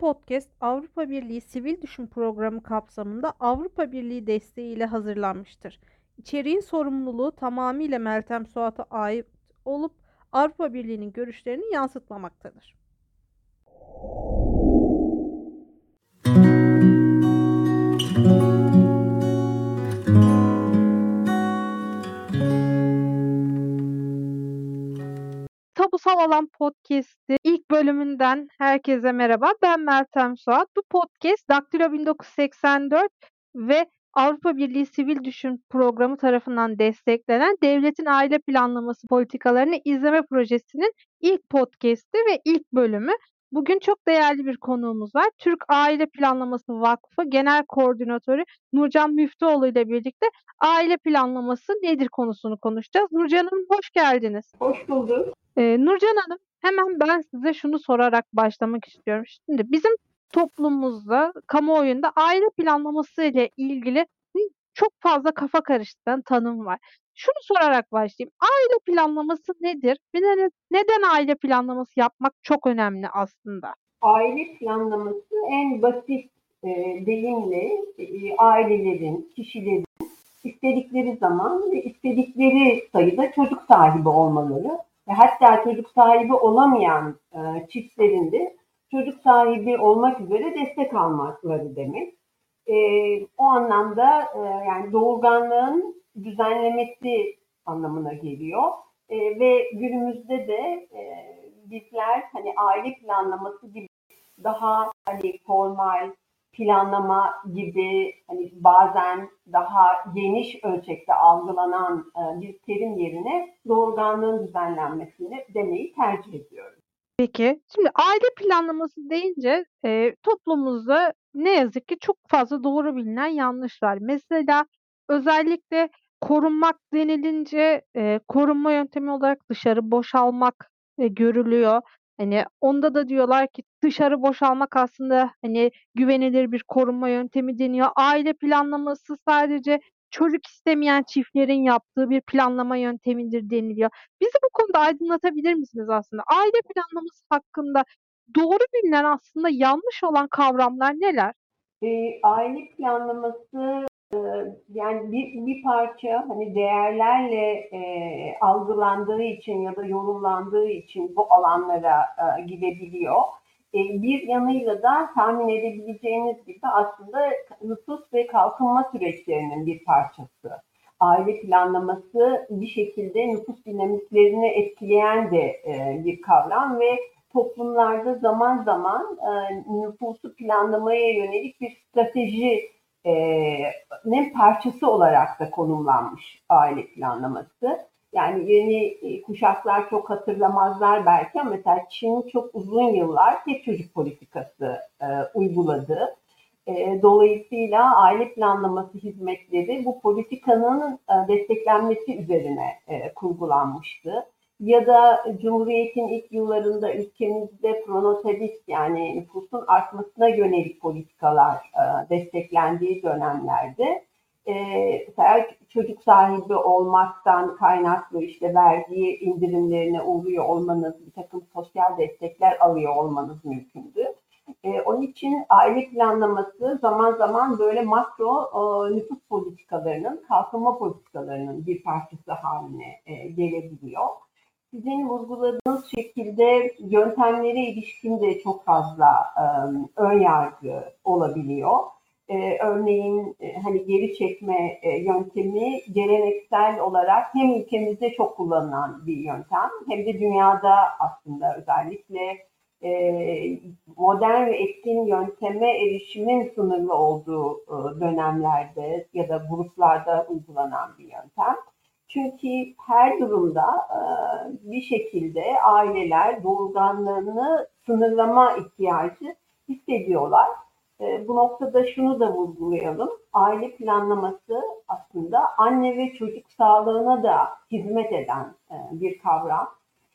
podcast Avrupa Birliği Sivil Düşün Programı kapsamında Avrupa Birliği desteğiyle hazırlanmıştır. İçeriğin sorumluluğu tamamıyla Meltem Suat'a ait olup Avrupa Birliği'nin görüşlerini yansıtmamaktadır. Tabusal Alan Podcast'i ilk bölümünden herkese merhaba. Ben Meltem Suat. Bu podcast Daktilo 1984 ve Avrupa Birliği Sivil Düşün Programı tarafından desteklenen Devletin Aile Planlaması Politikalarını İzleme Projesi'nin ilk podcast'i ve ilk bölümü. Bugün çok değerli bir konuğumuz var. Türk Aile Planlaması Vakfı Genel Koordinatörü Nurcan Müftüoğlu ile birlikte aile planlaması nedir konusunu konuşacağız. Nurcan Hanım hoş geldiniz. Hoş bulduk. Nurcan Hanım, hemen ben size şunu sorarak başlamak istiyorum. Şimdi bizim toplumumuzda, kamuoyunda aile planlaması ile ilgili çok fazla kafa karıştıran tanım var. Şunu sorarak başlayayım. Aile planlaması nedir? Neden aile planlaması yapmak çok önemli aslında? Aile planlaması en basit deyimle ailelerin, kişilerin istedikleri zaman ve istedikleri sayıda çocuk sahibi olmaları ve hatta çocuk sahibi olamayan çiftlerin de çocuk sahibi olmak üzere destek almaları demek. O anlamda yani doğurganlığın düzenlemesi anlamına geliyor. Ve günümüzde de bizler hani aile planlaması gibi daha hani formal planlama gibi hani bazen daha geniş ölçekte algılanan bir terim yerine doğurganlığın düzenlenmesini demeyi tercih ediyoruz. Peki, şimdi aile planlaması deyince toplumumuzda ne yazık ki çok fazla doğru bilinen yanlış var. Mesela özellikle korunmak denilince korunma yöntemi olarak dışarı boşalmak görülüyor. Hani onda da diyorlar ki dışarı boşalmak aslında hani güvenilir bir korunma yöntemi deniyor. Aile planlaması sadece çocuk istemeyen çiftlerin yaptığı bir planlama yöntemidir deniliyor. Bizi bu konuda aydınlatabilir misiniz aslında? Aile planlaması hakkında doğru bilinen aslında yanlış olan kavramlar neler? Aile planlaması yani bir parça hani değerlerle algılandığı için ya da yorumlandığı için bu alanlara gidebiliyor. Bir yanıyla da tahmin edebileceğiniz gibi aslında nüfus ve kalkınma süreçlerinin bir parçası. Aile planlaması bir şekilde nüfus dinamiklerini etkileyen de bir kavram ve toplumlarda zaman zaman nüfusu planlamaya yönelik bir strateji ne parçası olarak da konumlanmış aile planlaması. Yani yeni kuşaklar çok hatırlamazlar belki ama mesela Çin çok uzun yıllar tek çocuk politikası uyguladı. Dolayısıyla aile planlaması hizmetleri bu politikanın desteklenmesi üzerine kurgulanmıştı. Ya da Cumhuriyet'in ilk yıllarında ülkemizde pronatalist yani nüfusun artmasına yönelik politikalar desteklendiği dönemlerde mesela çocuk sahibi olmaktan kaynaklı işte vergi indirimlerine uğruyor olmanız, bir takım sosyal destekler alıyor olmanız mümkündü. Onun için aile planlaması zaman zaman böyle makro nüfus politikalarının, kalkınma politikalarının bir parçası haline gelebiliyor. Sizin vurguladığınız şekilde yöntemlere ilişkin de çok fazla ön yargı olabiliyor. Örneğin hani geri çekme yöntemi geleneksel olarak hem ülkemizde çok kullanılan bir yöntem hem de dünyada aslında özellikle modern ve etkin yönteme erişimin sınırlı olduğu dönemlerde ya da gruplarda uygulanan bir yöntem. Çünkü her durumda bir şekilde aileler doğurganlığını sınırlama ihtiyacı hissediyorlar. Bu noktada şunu da vurgulayalım. Aile planlaması aslında anne ve çocuk sağlığına da hizmet eden bir kavram.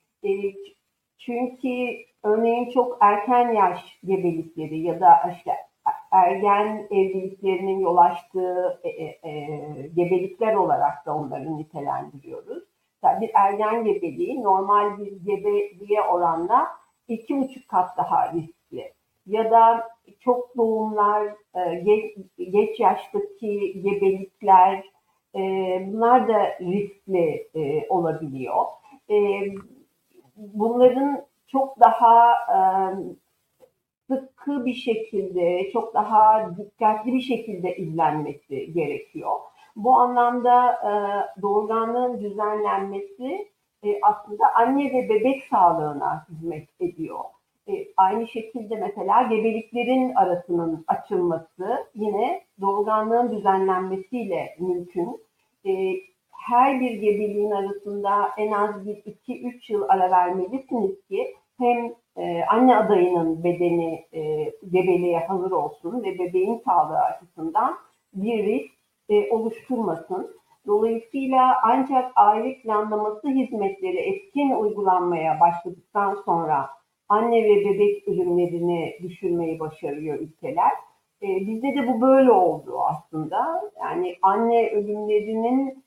Çünkü örneğin çok erken yaş gebelikleri ya da işte ergen evliliklerinin yol açtığı gebelikler olarak da onları nitelendiriyoruz. Yani bir ergen gebeliği normal bir gebeliğe oranla 2,5 kat daha riskli. ya da çok doğumlar, geç yaştaki gebelikler, bunlar da riskli olabiliyor. E, Bunların çok daha sıkı bir şekilde, çok daha dikkatli bir şekilde izlenmesi gerekiyor. Bu anlamda doğurganlığın düzenlenmesi aslında anne ve bebek sağlığına hizmet ediyor. Aynı şekilde mesela gebeliklerin arasının açılması yine doğurganlığın düzenlenmesiyle mümkün. E, Her bir gebeliğin arasında en az bir 2-3 yıl ara vermelisiniz ki hem anne adayının bedeni gebeliğe hazır olsun ve bebeğin sağlığı açısından bir risk oluşturmasın. Dolayısıyla ancak aile planlaması hizmetleri etkin uygulanmaya başladıktan sonra anne ve bebek ölümlerini düşürmeyi başarıyor ülkeler. Bizde de bu böyle oldu aslında. Yani anne ölümlerinin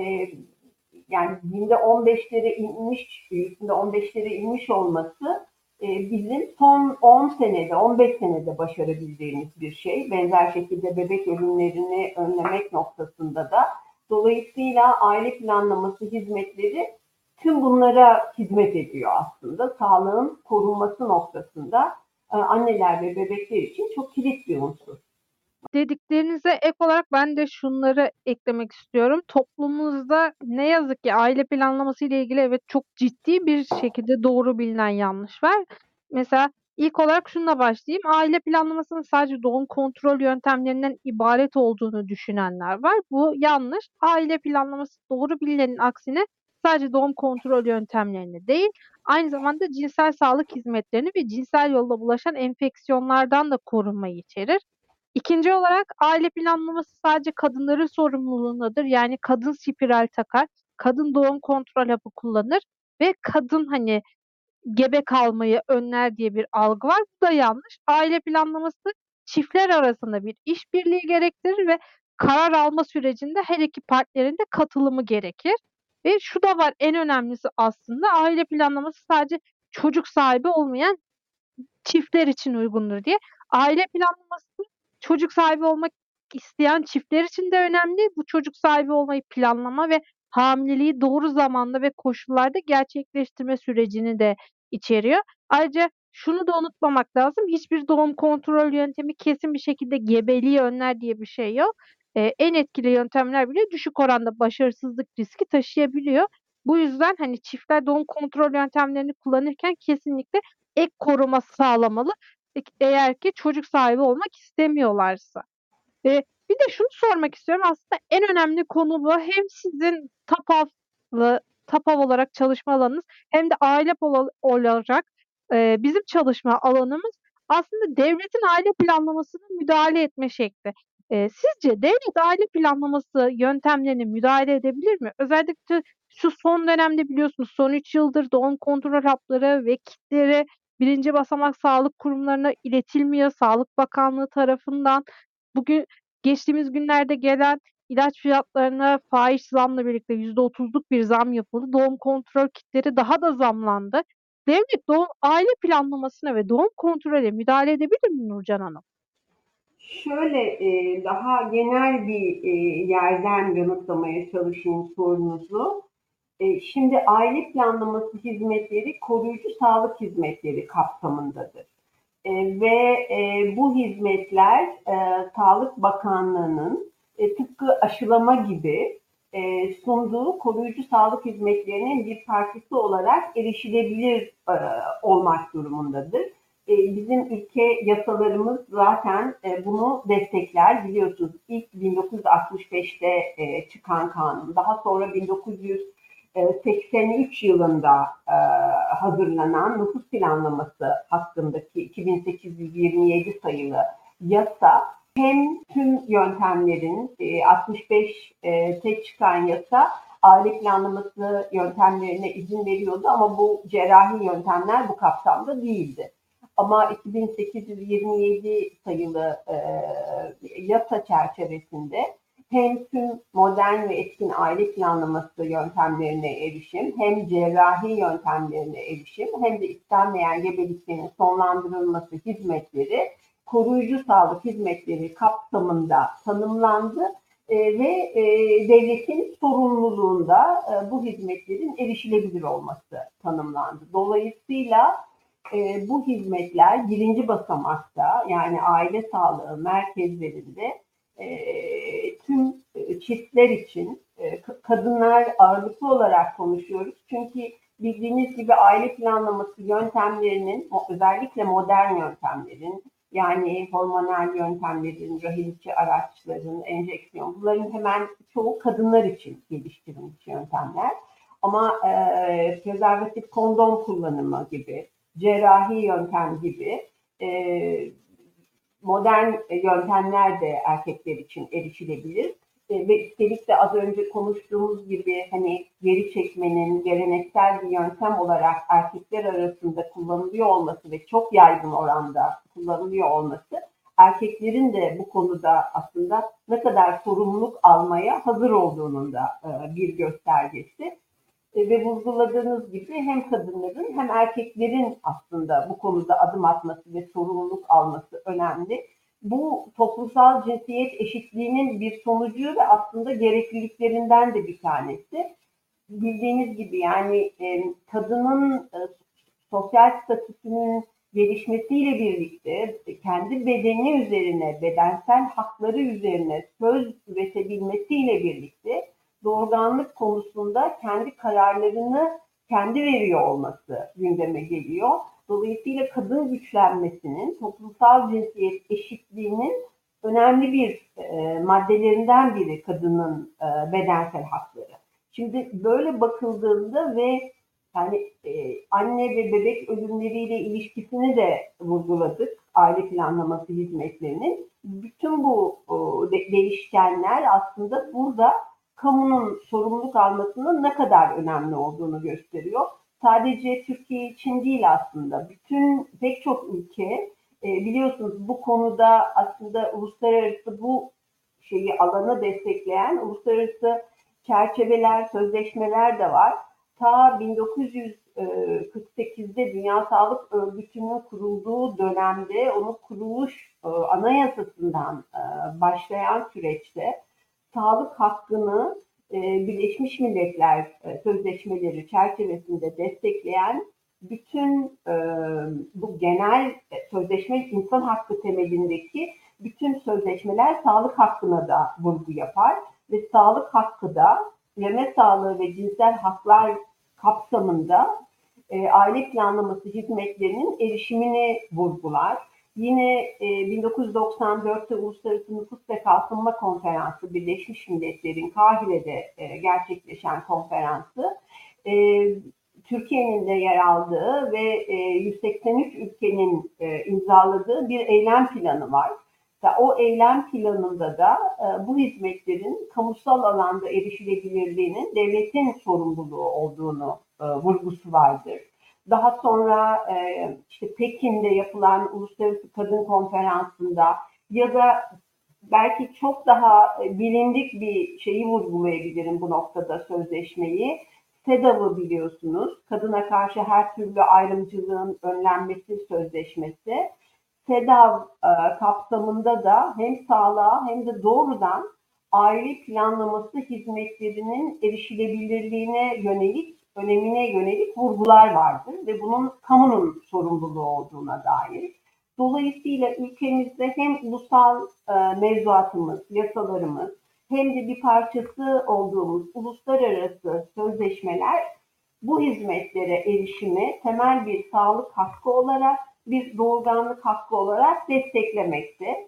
yani binde 15'lere inmiş, üstünde 15'lere inmiş olması bizim son 10 senede, 15 senede başarabildiğimiz bir şey. Benzer şekilde bebek ölümlerini önlemek noktasında da. Dolayısıyla aile planlaması hizmetleri tüm bunlara hizmet ediyor aslında. Sağlığın korunması noktasında anneler ve bebekler için çok kilit bir unsur. Dediklerinize ek olarak ben de şunları eklemek istiyorum. Toplumumuzda ne yazık ki aile planlaması ile ilgili evet çok ciddi bir şekilde doğru bilinen yanlış var. Mesela ilk olarak şununla başlayayım. Aile planlamasının sadece doğum kontrol yöntemlerinden ibaret olduğunu düşünenler var. Bu yanlış. Aile planlaması doğru bilinenin aksine sadece doğum kontrol yöntemlerini değil, aynı zamanda cinsel sağlık hizmetlerini ve cinsel yolla bulaşan enfeksiyonlardan da korunmayı içerir. İkinci olarak aile planlaması sadece kadınların sorumluluğundadır. Yani kadın spiral takar, kadın doğum kontrol hapı kullanır ve kadın hani gebe kalmayı önler diye bir algı var. Bu da yanlış. Aile planlaması çiftler arasında bir işbirliği gerektirir ve karar alma sürecinde her iki partnerin de katılımı gerekir. Ve şu da var, en önemlisi aslında aile planlaması sadece çocuk sahibi olmayan çiftler için uygundur diye. Aile planlaması çocuk sahibi olmak isteyen çiftler için de önemli. Bu çocuk sahibi olmayı planlama ve hamileliği doğru zamanda ve koşullarda gerçekleştirme sürecini de içeriyor. Ayrıca şunu da unutmamak lazım. Hiçbir doğum kontrol yöntemi kesin bir şekilde gebeliği önler diye bir şey yok. En etkili yöntemler bile düşük oranda başarısızlık riski taşıyabiliyor. Bu yüzden hani çiftler doğum kontrol yöntemlerini kullanırken kesinlikle ek koruma sağlamalı. Eğer ki çocuk sahibi olmak istemiyorlarsa. Bir de şunu sormak istiyorum. Aslında en önemli konu bu. Hem sizin TAPAV olarak çalışma alanınız hem de aile olarak bizim çalışma alanımız aslında devletin aile planlamasına müdahale etme şekli. Sizce devlet aile planlaması yöntemlerine müdahale edebilir mi? Özellikle şu son dönemde biliyorsunuz son 3 yıldır doğum kontrol hapları ve kitleri birinci basamak sağlık kurumlarına iletilmiyor. Sağlık Bakanlığı tarafından bugün geçtiğimiz günlerde gelen ilaç fiyatlarına fahiş zamla birlikte %30'luk bir zam yapıldı. Doğum kontrol kitleri daha da zamlandı. Devlet doğum aile planlamasına ve doğum kontrole müdahale edebilir mi Nurcan Hanım? Şöyle daha genel bir yerden yanıtlamaya çalışayım sorunuzu. Şimdi aile planlaması hizmetleri koruyucu sağlık hizmetleri kapsamındadır. Bu hizmetler Sağlık Bakanlığı'nın tıpkı aşılama gibi sunduğu koruyucu sağlık hizmetlerinin bir parçası olarak erişilebilir olmak durumundadır. Bizim ülke yasalarımız zaten bunu destekler. Biliyorsunuz ilk 1965'te çıkan kanun, daha sonra 1983 yılında hazırlanan nüfus planlaması hakkındaki 2827 sayılı yasa hem tüm yöntemlerin 65'te çıkan yasa aile planlaması yöntemlerine izin veriyordu ama bu cerrahi yöntemler bu kapsamda değildi. Ama 2827 sayılı yasa çerçevesinde hem tüm modern ve etkin aile planlaması yöntemlerine erişim, hem cerrahi yöntemlerine erişim, hem de istenmeyen gebeliklerin sonlandırılması hizmetleri koruyucu sağlık hizmetleri kapsamında tanımlandı ve devletin sorumluluğunda bu hizmetlerin erişilebilir olması tanımlandı. Dolayısıyla bu hizmetler birinci basamakta, yani aile sağlığı merkezlerinde tüm çiftler için, kadınlar ağırlıklı olarak konuşuyoruz. Çünkü bildiğiniz gibi aile planlaması yöntemlerinin, özellikle modern yöntemlerin, yani hormonal yöntemlerin, rahim içi araçların, enjeksiyon, bunların hemen çoğu kadınlar için geliştirilmiş yöntemler. Ama prezervatif, kondom kullanımı gibi, cerrahi yöntem gibi modern yöntemler de erkekler için erişilebilir. Ve üstelik de az önce konuştuğumuz gibi hani geri çekmenin geleneksel bir yöntem olarak erkekler arasında kullanılıyor olması ve çok yaygın oranda kullanılıyor olması erkeklerin de bu konuda aslında ne kadar sorumluluk almaya hazır olduğunun da bir göstergesi. Ve vurguladığınız gibi hem kadınların hem erkeklerin aslında bu konuda adım atması ve sorumluluk alması önemli. Bu toplumsal cinsiyet eşitliğinin bir sonucu ve aslında gerekliliklerinden de bir tanesi. Bildiğiniz gibi yani kadının sosyal statüsünün gelişmesiyle birlikte kendi bedeni üzerine, bedensel hakları üzerine söz üretebilmesiyle birlikte doğurganlık konusunda kendi kararlarını kendi veriyor olması gündeme geliyor. Dolayısıyla kadın güçlenmesinin, toplumsal cinsiyet eşitliğinin önemli bir maddelerinden biri kadının bedensel hakları. Şimdi böyle bakıldığında ve yani anne ve bebek ölümleriyle ilişkisini de vurguladık aile planlaması hizmetlerinin. Bütün bu değişkenler aslında burada kamunun sorumluluk almasının ne kadar önemli olduğunu gösteriyor. Sadece Türkiye için değil aslında. Bütün pek çok ülke biliyorsunuz bu konuda aslında uluslararası bu alanı destekleyen uluslararası çerçeveler, sözleşmeler de var. Ta 1948'de Dünya Sağlık Örgütü'nün kurulduğu dönemde onun kuruluş anayasasından başlayan süreçte sağlık hakkını Birleşmiş Milletler sözleşmeleri çerçevesinde destekleyen bütün bu genel sözleşme insan hakkı temelindeki bütün sözleşmeler sağlık hakkına da vurgu yapar ve sağlık hakkı da üreme sağlığı ve cinsel haklar kapsamında aile planlaması hizmetlerinin erişimini vurgular. Yine 1994'te Uluslararası Nüfus ve Kalkınma Konferansı, Birleşmiş Milletler'in Kahire'de gerçekleşen konferansı, Türkiye'nin de yer aldığı ve 183 ülkenin imzaladığı bir eylem planı var. O eylem planında da bu hizmetlerin kamusal alanda erişilebilirliğinin devletin sorumluluğu olduğunu vurgusu vardır. Daha sonra işte Pekin'de yapılan Uluslararası Kadın Konferansı'nda ya da belki çok daha bilindik bir şeyi vurgulayabilirim bu noktada sözleşmeyi. SEDAV'ı biliyorsunuz. Kadına karşı her türlü ayrımcılığın önlenmesi sözleşmesi. SEDAV kapsamında da hem sağlığa hem de doğrudan aile planlaması hizmetlerinin erişilebilirliğine yönelik, önemine yönelik vurgular vardır ve bunun kamunun sorumluluğu olduğuna dair. Dolayısıyla ülkemizde hem ulusal mevzuatımız, yasalarımız hem de bir parçası olduğumuz uluslararası sözleşmeler bu hizmetlere erişimi temel bir sağlık hakkı olarak, bir doğurganlık hakkı olarak desteklemekte.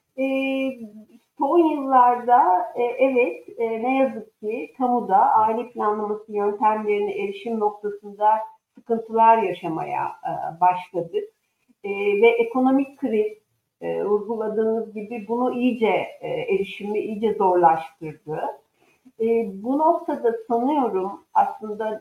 Son yıllarda evet ne yazık ki kamuda aile planlaması yöntemlerine erişim noktasında sıkıntılar yaşamaya başladık. Ve ekonomik kriz vurguladığınız gibi bunu iyice erişimi iyice zorlaştırdı. Bu noktada sanıyorum aslında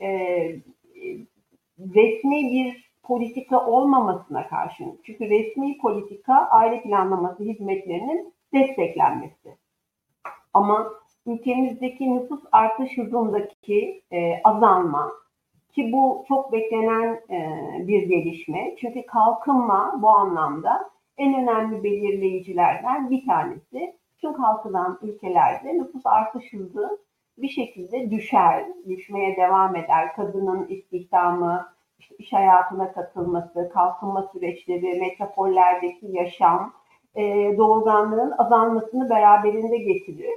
resmi bir politika olmamasına karşın, çünkü resmi politika aile planlaması hizmetlerinin desteklenmesi. Ama ülkemizdeki nüfus artış hızındaki azalma, ki bu çok beklenen bir gelişme. Çünkü kalkınma bu anlamda en önemli belirleyicilerden bir tanesi. Tüm kalkınan ülkelerde nüfus artış hızı bir şekilde düşer, düşmeye devam eder. Kadının istihdamı, işte iş hayatına katılması, kalkınma süreçleri, metropollerdeki yaşam, doğurganlığın azalmasını beraberinde getirir.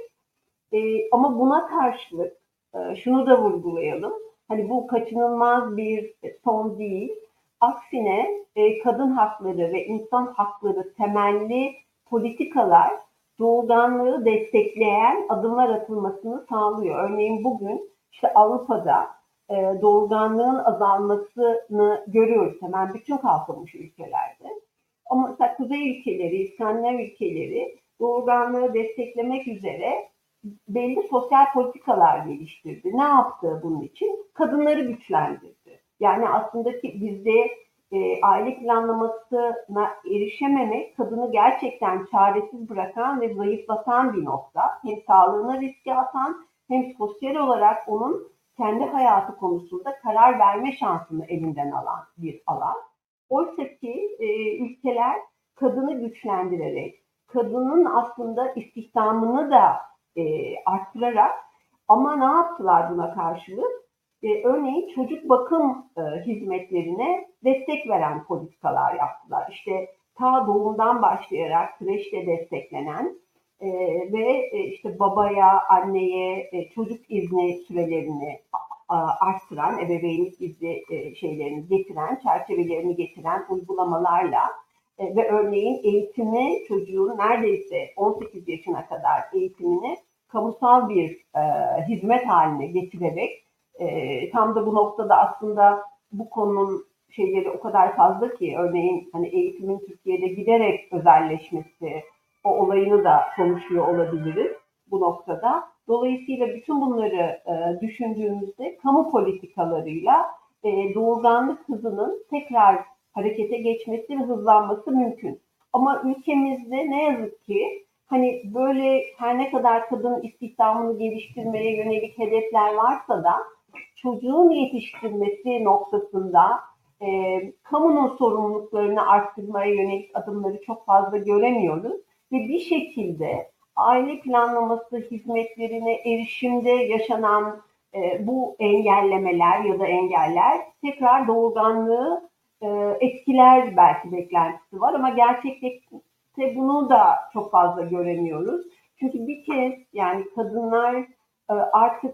Ama buna karşılık şunu da vurgulayalım. Hani bu kaçınılmaz bir son değil. Aksine kadın hakları ve insan hakları temelli politikalar doğurganlığı destekleyen adımlar atılmasını sağlıyor. Örneğin bugün işte Avrupa'da doğurganlığın azalmasını görüyoruz hemen bütün kalkınmış ülkelerde. Ama mesela kuzey ülkeleri, İskandinav ülkeleri doğurganlığı desteklemek üzere belli sosyal politikalar geliştirdi. Ne yaptı bunun için? Kadınları güçlendirdi. Yani aslında ki bizde aile planlamasına erişememek kadını gerçekten çaresiz bırakan ve zayıflatan bir nokta. Hem sağlığına riske atan hem sosyal olarak onun kendi hayatı konusunda karar verme şansını elinden alan bir alan. Oysa ki ülkeler kadını güçlendirerek, kadının aslında istihdamını da arttırarak, ama ne yaptılar buna karşılık? Örneğin çocuk bakım hizmetlerine destek veren politikalar yaptılar. İşte ta doğumdan başlayarak kreşle desteklenen ve işte babaya, anneye çocuk izni sürelerini arttıran, ebeveynlik izni şeylerini getiren, çerçevelerini getiren uygulamalarla ve örneğin eğitimi, çocuğun neredeyse 18 yaşına kadar eğitimini kamusal bir hizmet haline getirerek, tam da bu noktada aslında bu konunun şeyleri o kadar fazla ki, örneğin hani eğitimin Türkiye'de giderek özelleşmesi, o olayını da konuşuyor olabiliriz bu noktada. Dolayısıyla bütün bunları düşündüğümüzde kamu politikalarıyla doğurganlık hızının tekrar harekete geçmesi ve hızlanması mümkün. Ama ülkemizde ne yazık ki hani böyle her ne kadar kadın istihdamını geliştirmeye yönelik hedefler varsa da çocuğun yetiştirilmesi noktasında kamunun sorumluluklarını arttırmaya yönelik adımları çok fazla göremiyoruz ve bir şekilde aile planlaması hizmetlerine erişimde yaşanan bu engellemeler ya da engeller tekrar doğurganlığı etkiler belki beklentisi var, ama gerçekte bunu da çok fazla göremiyoruz. Çünkü bir kez yani kadınlar artık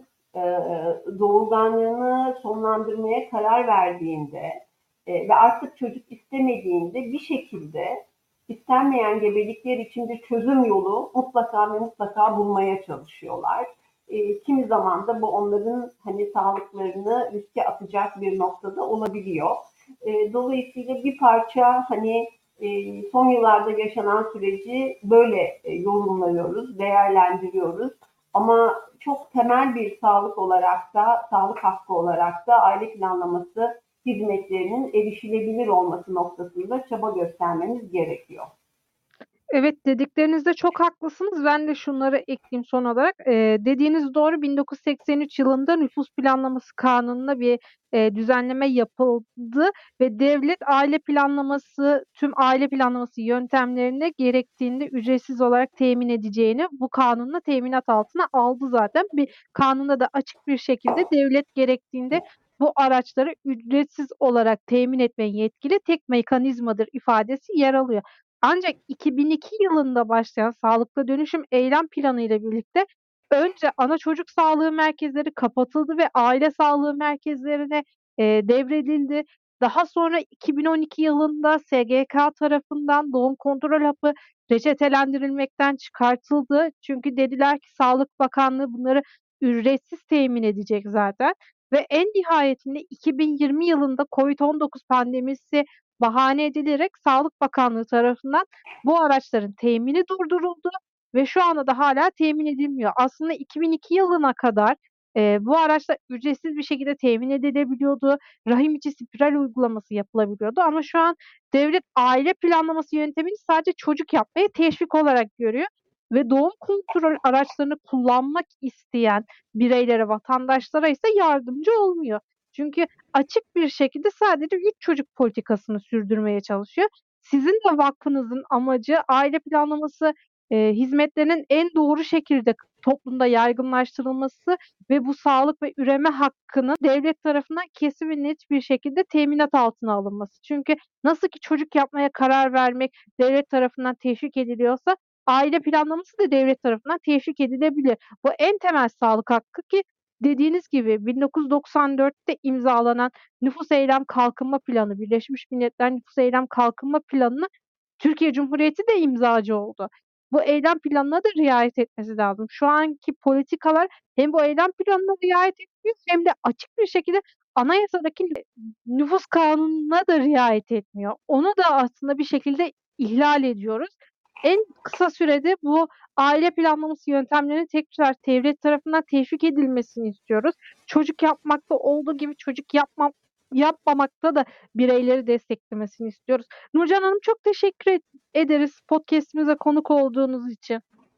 doğurganlığını sonlandırmaya karar verdiğinde ve artık çocuk istemediğinde bir şekilde istenmeyen gebelikler için bir çözüm yolu mutlaka ve mutlaka bulmaya çalışıyorlar. Kimi zaman da bu onların hani sağlıklarını riske atacak bir noktada olabiliyor. Dolayısıyla bir parça hani son yıllarda yaşanan süreci böyle yorumluyoruz, değerlendiriyoruz. Ama çok temel bir sağlık olarak da, sağlık hakkı olarak da aile planlaması hizmetlerinin erişilebilir olması noktasında çaba göstermemiz gerekiyor. Evet, dediklerinizde çok haklısınız. Ben de şunları ekleyeyim son olarak. Dediğiniz doğru. 1983 yılında Nüfus Planlaması Kanunu'na bir düzenleme yapıldı ve devlet aile planlaması, tüm aile planlaması yöntemlerini gerektiğinde ücretsiz olarak temin edeceğini bu kanunla teminat altına aldı zaten. Bir kanunda da açık bir şekilde devlet gerektiğinde bu araçları ücretsiz olarak temin etmeye yetkili tek mekanizmadır ifadesi yer alıyor. Ancak 2002 yılında başlayan Sağlıklı Dönüşüm Eylem Planı ile birlikte önce ana çocuk sağlığı merkezleri kapatıldı ve aile sağlığı merkezlerine devredildi. Daha sonra 2012 yılında SGK tarafından doğum kontrol hapı reçetelendirilmekten çıkartıldı. Çünkü dediler ki Sağlık Bakanlığı bunları ücretsiz temin edecek zaten. Ve en nihayetinde 2020 yılında COVID-19 pandemisi bahane edilerek Sağlık Bakanlığı tarafından bu araçların temini durduruldu ve şu anda da hala temin edilmiyor. Aslında 2002 yılına kadar bu araçlar ücretsiz bir şekilde temin edilebiliyordu. Rahim içi spiral uygulaması yapılabiliyordu ama şu an devlet aile planlaması yöntemini sadece çocuk yapmaya teşvik olarak görüyor ve doğum kontrol araçlarını kullanmak isteyen bireylere, vatandaşlara ise yardımcı olmuyor. Çünkü açık bir şekilde sadece 3 çocuk politikasını sürdürmeye çalışıyor. Sizin de vakfınızın amacı aile planlaması hizmetlerinin en doğru şekilde toplumda yaygınlaştırılması ve bu sağlık ve üreme hakkının devlet tarafından kesin ve net bir şekilde teminat altına alınması. Çünkü nasıl ki çocuk yapmaya karar vermek devlet tarafından teşvik ediliyorsa aile planlaması da devlet tarafından teşvik edilebilir. Bu en temel sağlık hakkı ki dediğiniz gibi 1994'te imzalanan Nüfus Eylem Kalkınma Planı, Birleşmiş Milletler Nüfus Eylem Kalkınma Planı'na Türkiye Cumhuriyeti de imzacı oldu. Bu eylem planına da riayet etmesi lazım. Şu anki politikalar hem bu eylem planına riayet etmiyor hem de açık bir şekilde anayasadaki nüfus kanununa da riayet etmiyor. Onu da aslında bir şekilde ihlal ediyoruz. En kısa sürede bu aile planlaması yöntemlerinin tekrar devlet tarafından teşvik edilmesini istiyoruz. Çocuk yapmakta olduğu gibi çocuk yapmamakta da bireyleri desteklemesini istiyoruz. Nurcan Hanım çok teşekkür ederiz podcast'imize konuk olduğunuz için.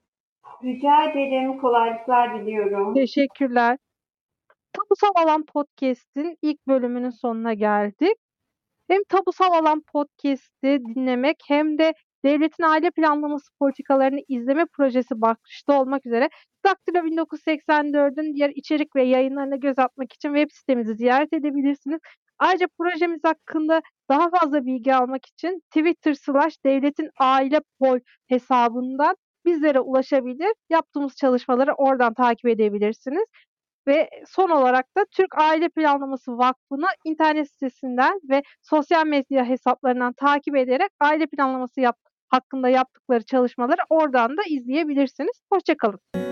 Rica ederim. Kolaylıklar diliyorum. Teşekkürler. Tabusal Alan Podcast'in ilk bölümünün sonuna geldik. Hem Tabusal Alan Podcast'i dinlemek hem de Devletin Aile Planlaması Politikalarını izleme projesi başta olmak üzere Daktilo 1984'ün diğer içerik ve yayınlarına göz atmak için web sitemizi ziyaret edebilirsiniz. Ayrıca projemiz hakkında daha fazla bilgi almak için Twitter/Devletin Aile Pol hesabından bizlere ulaşabilir. Yaptığımız çalışmaları oradan takip edebilirsiniz. Ve son olarak da Türk Aile Planlaması Vakfı'nı internet sitesinden ve sosyal medya hesaplarından takip ederek aile planlaması hakkında yaptıkları çalışmaları oradan da izleyebilirsiniz. Hoşça kalın.